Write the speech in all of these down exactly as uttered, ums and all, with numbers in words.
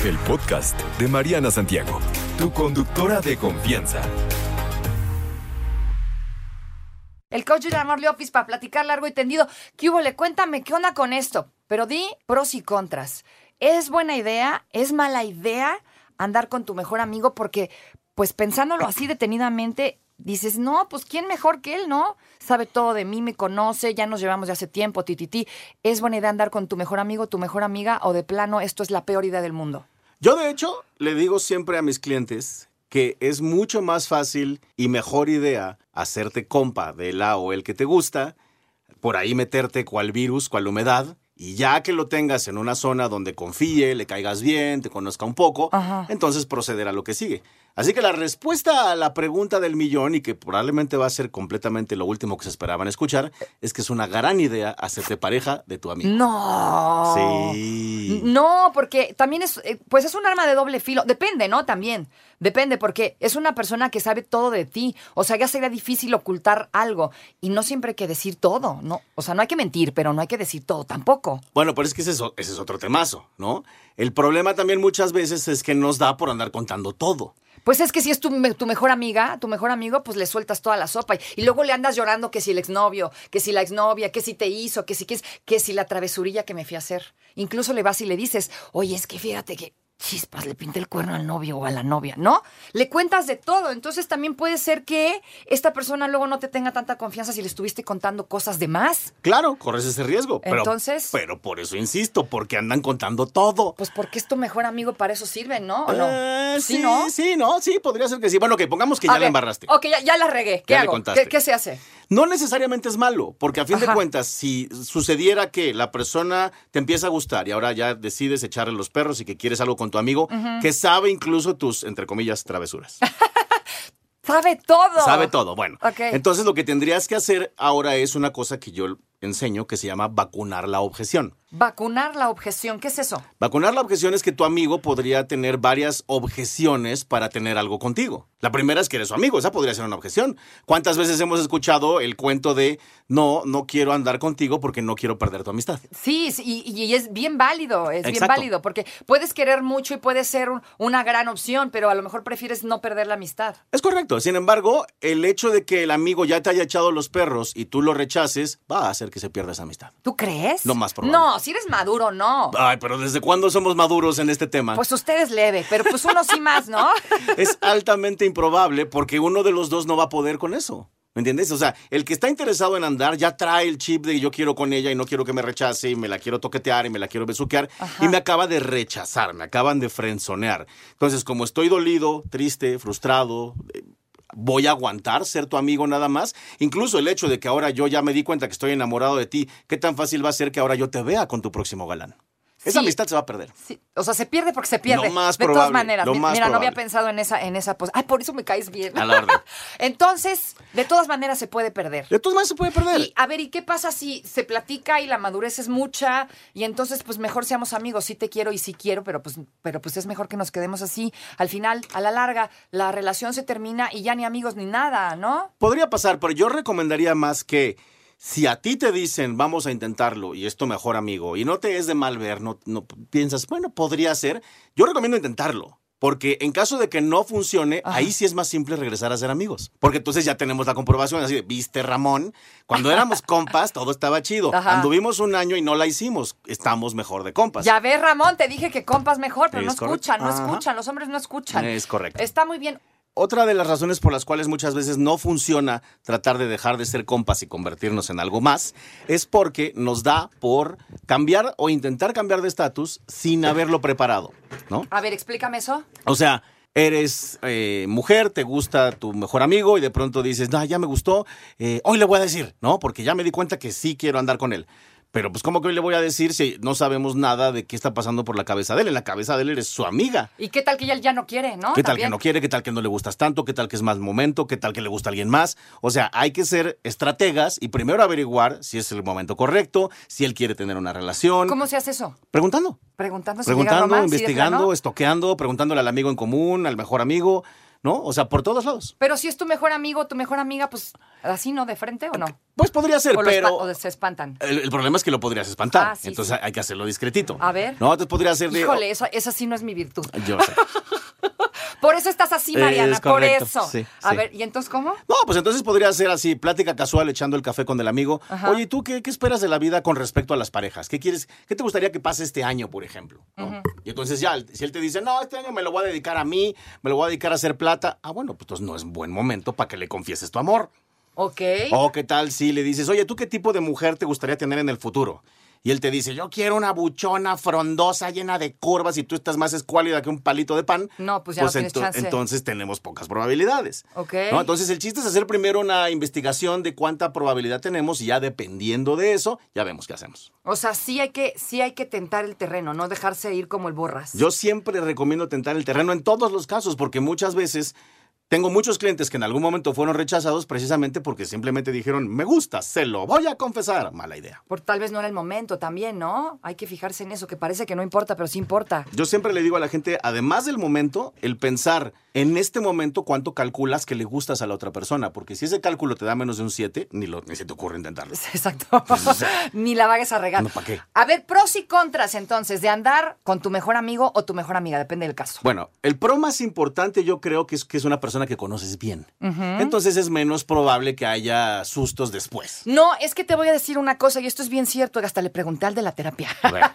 el podcast de Mariana Santiago, tu conductora de confianza. El coach de Amor Leofis para platicar largo y tendido. ¿Qué hubo? Le cuéntame, ¿qué onda con esto? Pero di pros y contras. ¿Es buena idea? ¿Es mala idea andar con tu mejor amigo? Porque, pues pensándolo así detenidamente, dices, no, pues ¿quién mejor que él, no? Sabe todo de mí, me conoce, ya nos llevamos de hace tiempo, tititi. ¿Es buena idea andar con tu mejor amigo, tu mejor amiga, o de plano esto es la peor idea del mundo? Yo, de hecho, le digo siempre a mis clientes que es mucho más fácil y mejor idea hacerte compa de la o el que te gusta, por ahí meterte cual virus, cual humedad, y ya que lo tengas en una zona donde confíe, le caigas bien, te conozca un poco, Ajá. entonces proceder a lo que sigue. Así que la respuesta a la pregunta del millón, y que probablemente va a ser completamente lo último que se esperaban escuchar, es que es una gran idea hacerte pareja de tu amigo. ¡No! Sí. No, porque también es, pues es un arma de doble filo. Depende, ¿no? También. Depende, porque es una persona que sabe todo de ti. O sea, ya sería difícil ocultar algo. Y no siempre hay que decir todo, ¿no? O sea, no hay que mentir, pero no hay que decir todo tampoco. Bueno, pero es que ese es, ese es otro temazo, ¿no? El problema también muchas veces es que nos da por andar contando todo. Pues es que si es tu, tu mejor amiga, tu mejor amigo, pues le sueltas toda la sopa. Y, y luego le andas llorando que si el exnovio, que si la exnovia, que si te hizo, que si, que, que si la travesurilla que me fui a hacer. Incluso le vas y le dices, oye, es que fíjate que, chispas, le pinté el cuerno al novio o a la novia, ¿no? Le cuentas de todo. Entonces también puede ser que esta persona luego no te tenga tanta confianza si le estuviste contando cosas de más. Claro, corres ese riesgo. Pero, Entonces... Pero por eso insisto, porque andan contando todo. Pues porque es tu mejor amigo, para eso sirve, ¿no? ¿O no? Eh, ¿Sí, sí, no? sí, no, sí, podría ser que sí. Bueno, que pongamos que A ya ver, la embarraste. Ok, ya, ya la regué. ¿Qué Ya le hago? contaste. ¿Qué, ¿Qué se hace? No necesariamente es malo, porque a fin Ajá. de cuentas, si sucediera que la persona te empieza a gustar y ahora ya decides echarle los perros y que quieres algo con tu amigo, uh-huh. que sabe incluso tus, entre comillas, travesuras. Sabe todo. Sabe todo, bueno. Okay. Entonces lo que tendrías que hacer ahora es una cosa que yo enseño que se llama vacunar la objeción. Vacunar la objeción, ¿qué es eso? Vacunar la objeción es que tu amigo podría tener varias objeciones para tener algo contigo. La primera es que eres su amigo, esa podría ser una objeción. ¿Cuántas veces hemos escuchado el cuento de no, no quiero andar contigo porque no quiero perder tu amistad? Sí, sí y, y es bien válido, es Exacto. bien válido, porque puedes querer mucho y puede ser un, una gran opción, pero a lo mejor prefieres no perder la amistad. Es correcto, sin embargo, el hecho de que el amigo ya te haya echado los perros y tú lo rechaces, va a hacer que se pierda esa amistad. ¿Tú crees? Lo más probable. No, si eres maduro, no. Ay, pero ¿desde cuándo somos maduros en este tema? Pues usted es leve, pero pues uno sí más, ¿no? Es altamente improbable porque uno de los dos no va a poder con eso. ¿Me entiendes? O sea, el que está interesado en andar ya trae el chip de yo quiero con ella y no quiero que me rechace y me la quiero toquetear y me la quiero besuquear. Ajá. Y me acaba de rechazar, me acaban de frenzonear. Entonces, como estoy dolido, triste, frustrado... voy a aguantar ser tu amigo nada más. Incluso el hecho de que ahora yo ya me di cuenta que estoy enamorado de ti, ¿qué tan fácil va a ser que ahora yo te vea con tu próximo galán? Esa sí. amistad se va a perder. Sí. O sea, se pierde porque se pierde. Lo más de probable, todas maneras. Lo Mi, más mira, probable. no había pensado en esa, en esa pos- Ay, por eso me caes bien. A la orden. Entonces, de todas maneras se puede perder. De todas maneras se puede perder. Y, a ver, ¿y qué pasa si se platica y la madurez es mucha? Y entonces, pues, mejor seamos amigos. Sí te quiero y sí quiero, pero pues, pero pues es mejor que nos quedemos así. Al final, a la larga, la relación se termina y ya ni amigos ni nada, ¿no? Podría pasar, pero yo recomendaría más que si a ti te dicen, vamos a intentarlo, y es tu mejor amigo, y no te es de mal ver, no, no piensas, bueno, podría ser, yo recomiendo intentarlo. Porque en caso de que no funcione, Ajá. ahí sí es más simple regresar a ser amigos. Porque entonces ya tenemos la comprobación, así de, viste, Ramón, cuando éramos compas, todo estaba chido. Ajá. Anduvimos un año y no la hicimos, estamos mejor de compas. Ya ves, Ramón, te dije que compas mejor, pero es no correcto. escuchan, no Ajá. escuchan, los hombres no escuchan. Es correcto. Está muy bien. Otra de las razones por las cuales muchas veces no funciona tratar de dejar de ser compas y convertirnos en algo más es porque nos da por cambiar o intentar cambiar de estatus sin haberlo preparado, ¿no? A ver, explícame eso. O sea, eres eh, mujer, te gusta tu mejor amigo y de pronto dices, no, ya me gustó, eh, hoy le voy a decir, ¿no? Porque ya me di cuenta que sí quiero andar con él. Pero pues ¿cómo que hoy le voy a decir si no sabemos nada de qué está pasando por la cabeza de él? En la cabeza de él eres su amiga. ¿Y qué tal que ella ya no quiere, no? ¿Qué tal ¿También? que no quiere? ¿Qué tal que no le gustas tanto? ¿Qué tal que es más momento? ¿Qué tal que le gusta a alguien más? O sea, hay que ser estrategas y primero averiguar si es el momento correcto, si él quiere tener una relación. ¿Cómo se hace eso? Preguntando. Preguntando si Preguntando, llega romance, investigando, ¿no? estoqueando, preguntándole al amigo en común, al mejor amigo. ¿no? O sea, por todos lados. Pero si es tu mejor amigo o tu mejor amiga, pues así, ¿no? ¿De frente o no? Pues podría ser, o pero... O se espantan. El, el problema es que lo podrías espantar. Ah, sí, entonces sí. hay que hacerlo discretito. A ver. No, entonces podría ser de... Híjole, esa, esa sí no es mi virtud. Yo sé. Por eso estás así, Mariana, Es correcto, por eso. sí, A sí. ver, ¿y entonces cómo? No, pues entonces podría ser así, plática casual, echando el café con el amigo. Ajá. Oye, ¿y tú qué, qué esperas de la vida con respecto a las parejas? ¿Qué quieres, qué te gustaría que pase este año, por ejemplo? ¿No? Ujú. Y entonces ya, si él te dice, no, este año me lo voy a dedicar a mí, me lo voy a dedicar a hacer plata. Ah, bueno, pues entonces no es buen momento para que le confieses tu amor. Ok. O qué tal si le dices, oye, ¿tú qué tipo de mujer te gustaría tener en el futuro? Y él te dice, yo quiero una buchona frondosa, llena de curvas, y tú estás más escuálida que un palito de pan. No, pues ya no tienes ento- chance. entonces tenemos pocas probabilidades. Ok. ¿No? Entonces el chiste es hacer primero una investigación de cuánta probabilidad tenemos y ya dependiendo de eso, ya vemos qué hacemos. O sea, sí hay que, sí hay que tentar el terreno, no dejarse ir como el borras. Yo siempre recomiendo tentar el terreno en todos los casos, porque muchas veces tengo muchos clientes que en algún momento fueron rechazados precisamente porque simplemente dijeron, me gusta, se lo voy a confesar. Mala idea. Por tal vez no era el momento también, ¿no? Hay que fijarse en eso, que parece que no importa, pero sí importa. Yo siempre le digo a la gente, además del momento, el pensar en este momento cuánto calculas que le gustas a la otra persona, porque si ese cálculo te da menos de un siete, ni, lo, ni se te ocurre intentarlo. Exacto. Ni la vayas a regar. No, ¿para qué? A ver, pros y contras entonces de andar con tu mejor amigo o tu mejor amiga, depende del caso. Bueno, el pro más importante yo creo que es que es una persona que conoces bien. Ujú. Entonces es menos probable que haya sustos después. No, es que te voy a decir una cosa, y esto es bien cierto, hasta le pregunté al de la terapia. Bueno,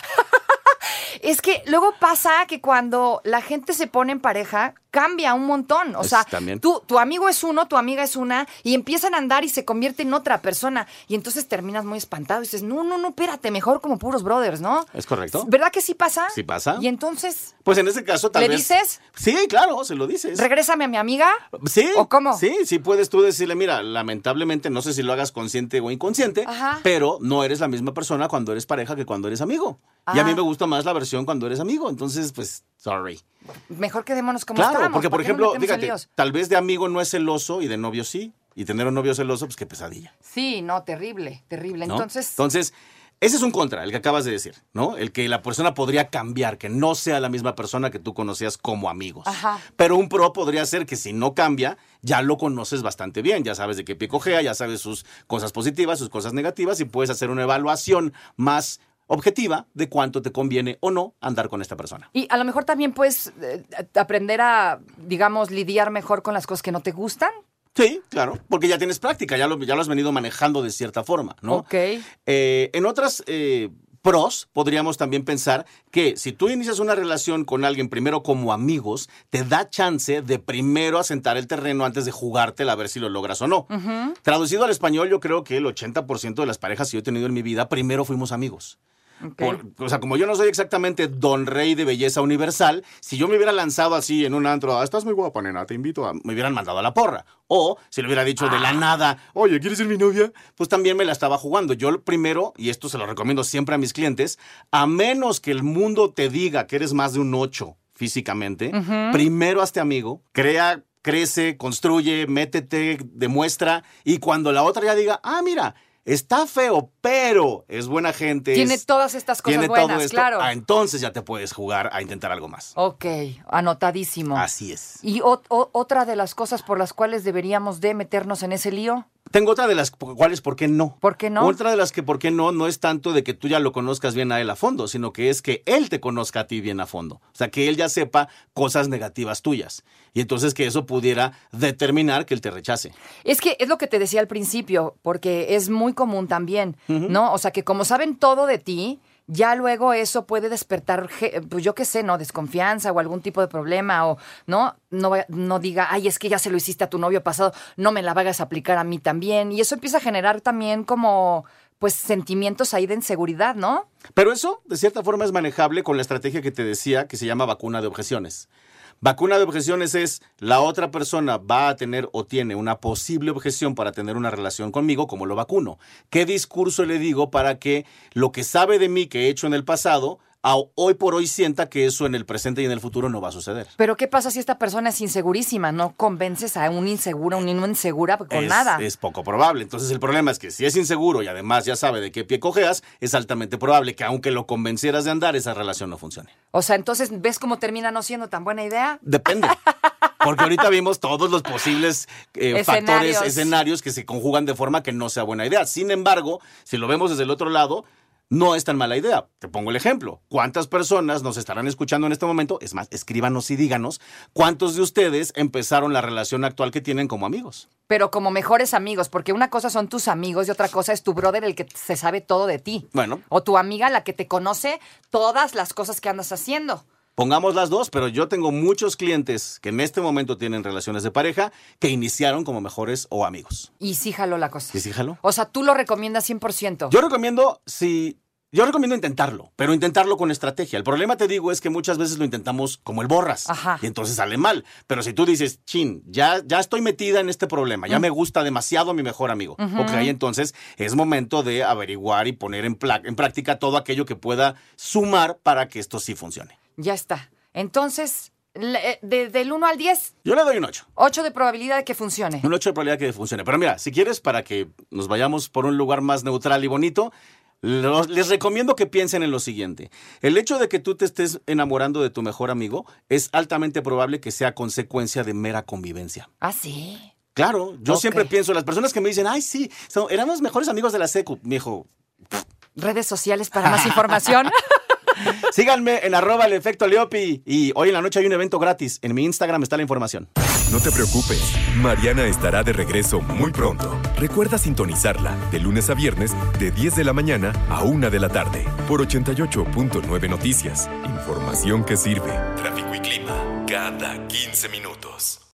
Es que luego pasa que cuando la gente se pone en pareja, cambia un montón. O Es sea, también. tú, tu amigo es uno, tu amiga es una, y empiezan a andar y se convierte en otra persona. Y entonces terminas muy espantado y dices, no, no, no, espérate, mejor como puros brothers, ¿no? ¿es correcto? ¿Verdad que sí pasa? Sí pasa. Y entonces, Pues en ese caso tal ¿le vez... dices? Sí, claro, se lo dices. Regrésame a mi amiga. Sí. ¿O cómo? Sí, sí puedes tú decirle, mira, lamentablemente, no sé si lo hagas consciente o inconsciente, Ajá. pero no eres la misma persona cuando eres pareja que cuando eres amigo. Y a Ah. mí me gusta más la versión cuando eres amigo, entonces, pues, sorry. Mejor quedémonos como Claro, estamos. porque por ¿para qué nos ejemplo, metemos en fíjate, líos? tal vez de amigo no es celoso y de novio sí. Y tener un novio celoso, pues qué pesadilla. Sí, no, terrible, terrible. ¿no? Entonces, Entonces, ese es un contra, el que acabas de decir, ¿no? El que la persona podría cambiar, que no sea la misma persona que tú conocías como amigos. Ajá. Pero un pro podría ser que si no cambia, ya lo conoces bastante bien, ya sabes de qué pie cojea, ya sabes sus cosas positivas, sus cosas negativas y puedes hacer una evaluación más objetiva de cuánto te conviene o no andar con esta persona. y a lo mejor también puedes eh, aprender a, digamos, lidiar mejor con las cosas que no te gustan. Sí, claro, porque ya tienes práctica, ya lo, ya lo has venido manejando de cierta forma, ¿no? Ok. Eh, en otras eh, pros, podríamos también pensar que si tú inicias una relación con alguien primero como amigos, te da chance de primero asentar el terreno antes de jugártela a ver si lo logras o no. Ujú. Traducido al español, yo creo que el ochenta por ciento de las parejas que yo he tenido en mi vida, primero fuimos amigos. Ok. Por- o sea, como yo no soy exactamente don rey de belleza universal, si yo me hubiera lanzado así en un antro, "Ah, estás muy guapa, nena, te invito a... me hubieran mandado a la porra. O si le hubiera dicho de la nada, oye, ¿quieres ser mi novia? Pues también me la estaba jugando. Yo primero, y esto se lo recomiendo siempre a mis clientes, a menos que el mundo te diga que eres más de un ocho físicamente, Ujú. primero hazte amigo, crea... crece, construye, métete, demuestra, y cuando la otra ya diga, ah, mira, está feo, pero es buena gente. Tiene es- todas estas cosas tiene buenas, todo esto, claro. ah, entonces ya te puedes jugar a intentar algo más. Ok, anotadísimo. Así es. ¿Y ot- o- otra de las cosas por las cuales deberíamos de meternos en ese lío? Tengo otra de las cu- cuales, ¿por qué no? ¿Por qué no? Otra de las que, ¿por qué no? No es tanto de que tú ya lo conozcas bien a él a fondo, sino que es que él te conozca a ti bien a fondo. O sea, que él ya sepa cosas negativas tuyas. Y entonces que eso pudiera determinar que él te rechace. Es que es lo que te decía al principio, porque es muy común también, ¿no? O sea, que como saben todo de ti, ya luego eso puede despertar, je- pues yo qué sé, ¿no? Desconfianza o algún tipo de problema o, ¿no? No, vaya- no diga, ay, es que ya se lo hiciste a tu novio pasado, no me la vayas a aplicar a mí también. Y eso empieza a generar también como, pues, sentimientos ahí de inseguridad, ¿no? Pero eso, de cierta forma, es manejable con la estrategia que te decía, que se llama vacuna de objeciones. Vacuna de objeciones es la otra persona va a tener o tiene una posible objeción para tener una relación conmigo, ¿cómo lo vacuno? ¿Qué discurso le digo para que lo que sabe de mí que he hecho en el pasado, a hoy por hoy sienta que eso en el presente y en el futuro no va a suceder? Pero ¿qué pasa si esta persona es insegurísima? ¿No convences a un inseguro, a una insegura con es, nada? es poco probable. Entonces el problema es que si es inseguro y además ya sabe de qué pie cojeas, es altamente probable que aunque lo convencieras de andar, esa relación no funcione. O sea, entonces, ¿ves cómo termina no siendo tan buena idea? Depende. Porque ahorita vimos todos los posibles eh, Escenarios. factores, escenarios que se conjugan de forma que no sea buena idea. Sin embargo, si lo vemos desde el otro lado, no es tan mala idea. Te pongo el ejemplo. ¿Cuántas personas nos estarán escuchando en este momento? Es más, escríbanos y díganos cuántos de ustedes empezaron la relación actual que tienen como amigos. Pero como mejores amigos, porque una cosa son tus amigos y otra cosa es tu brother, el que se sabe todo de ti. Bueno. O tu amiga, la que te conoce todas las cosas que andas haciendo. Pongamos las dos, pero yo tengo muchos clientes que en este momento tienen relaciones de pareja que iniciaron como mejores o amigos. Y sí jaló la cosa. ¿Y sí jaló? O sea, tú lo recomiendas cien por ciento. Yo recomiendo, si... Yo recomiendo intentarlo, pero intentarlo con estrategia. El problema, te digo, es que muchas veces lo intentamos como el borras. Ajá. Y entonces sale mal. Pero si tú dices, chin, ya, ya estoy metida en este problema, ya mm. me gusta demasiado a mi mejor amigo. Uh-huh. Ok, entonces es momento de averiguar y poner en, pla- en práctica todo aquello que pueda sumar para que esto sí funcione. Ya está. Entonces, le- de- del uno al diez, Yo le doy un ocho. ocho de probabilidad de que funcione. Un ocho de probabilidad de que funcione. Pero mira, si quieres, para que nos vayamos por un lugar más neutral y bonito, los- les recomiendo que piensen en lo siguiente. El hecho de que tú te estés enamorando de tu mejor amigo es altamente probable que sea consecuencia de mera convivencia. ¿Ah, sí? Claro, yo Ok. siempre pienso, las personas que me dicen, ay, sí, so- éramos mejores amigos de la secu, me dijo, Redes sociales para más información. síganme en arroba el efecto Leopi y hoy en la noche hay un evento gratis. En mi Instagram está la información. No te preocupes, Mariana estará de regreso muy pronto. Recuerda sintonizarla de lunes a viernes de diez de la mañana a una de la tarde por ochenta y ocho punto nueve Noticias. Información que sirve. Tráfico y clima cada quince minutos.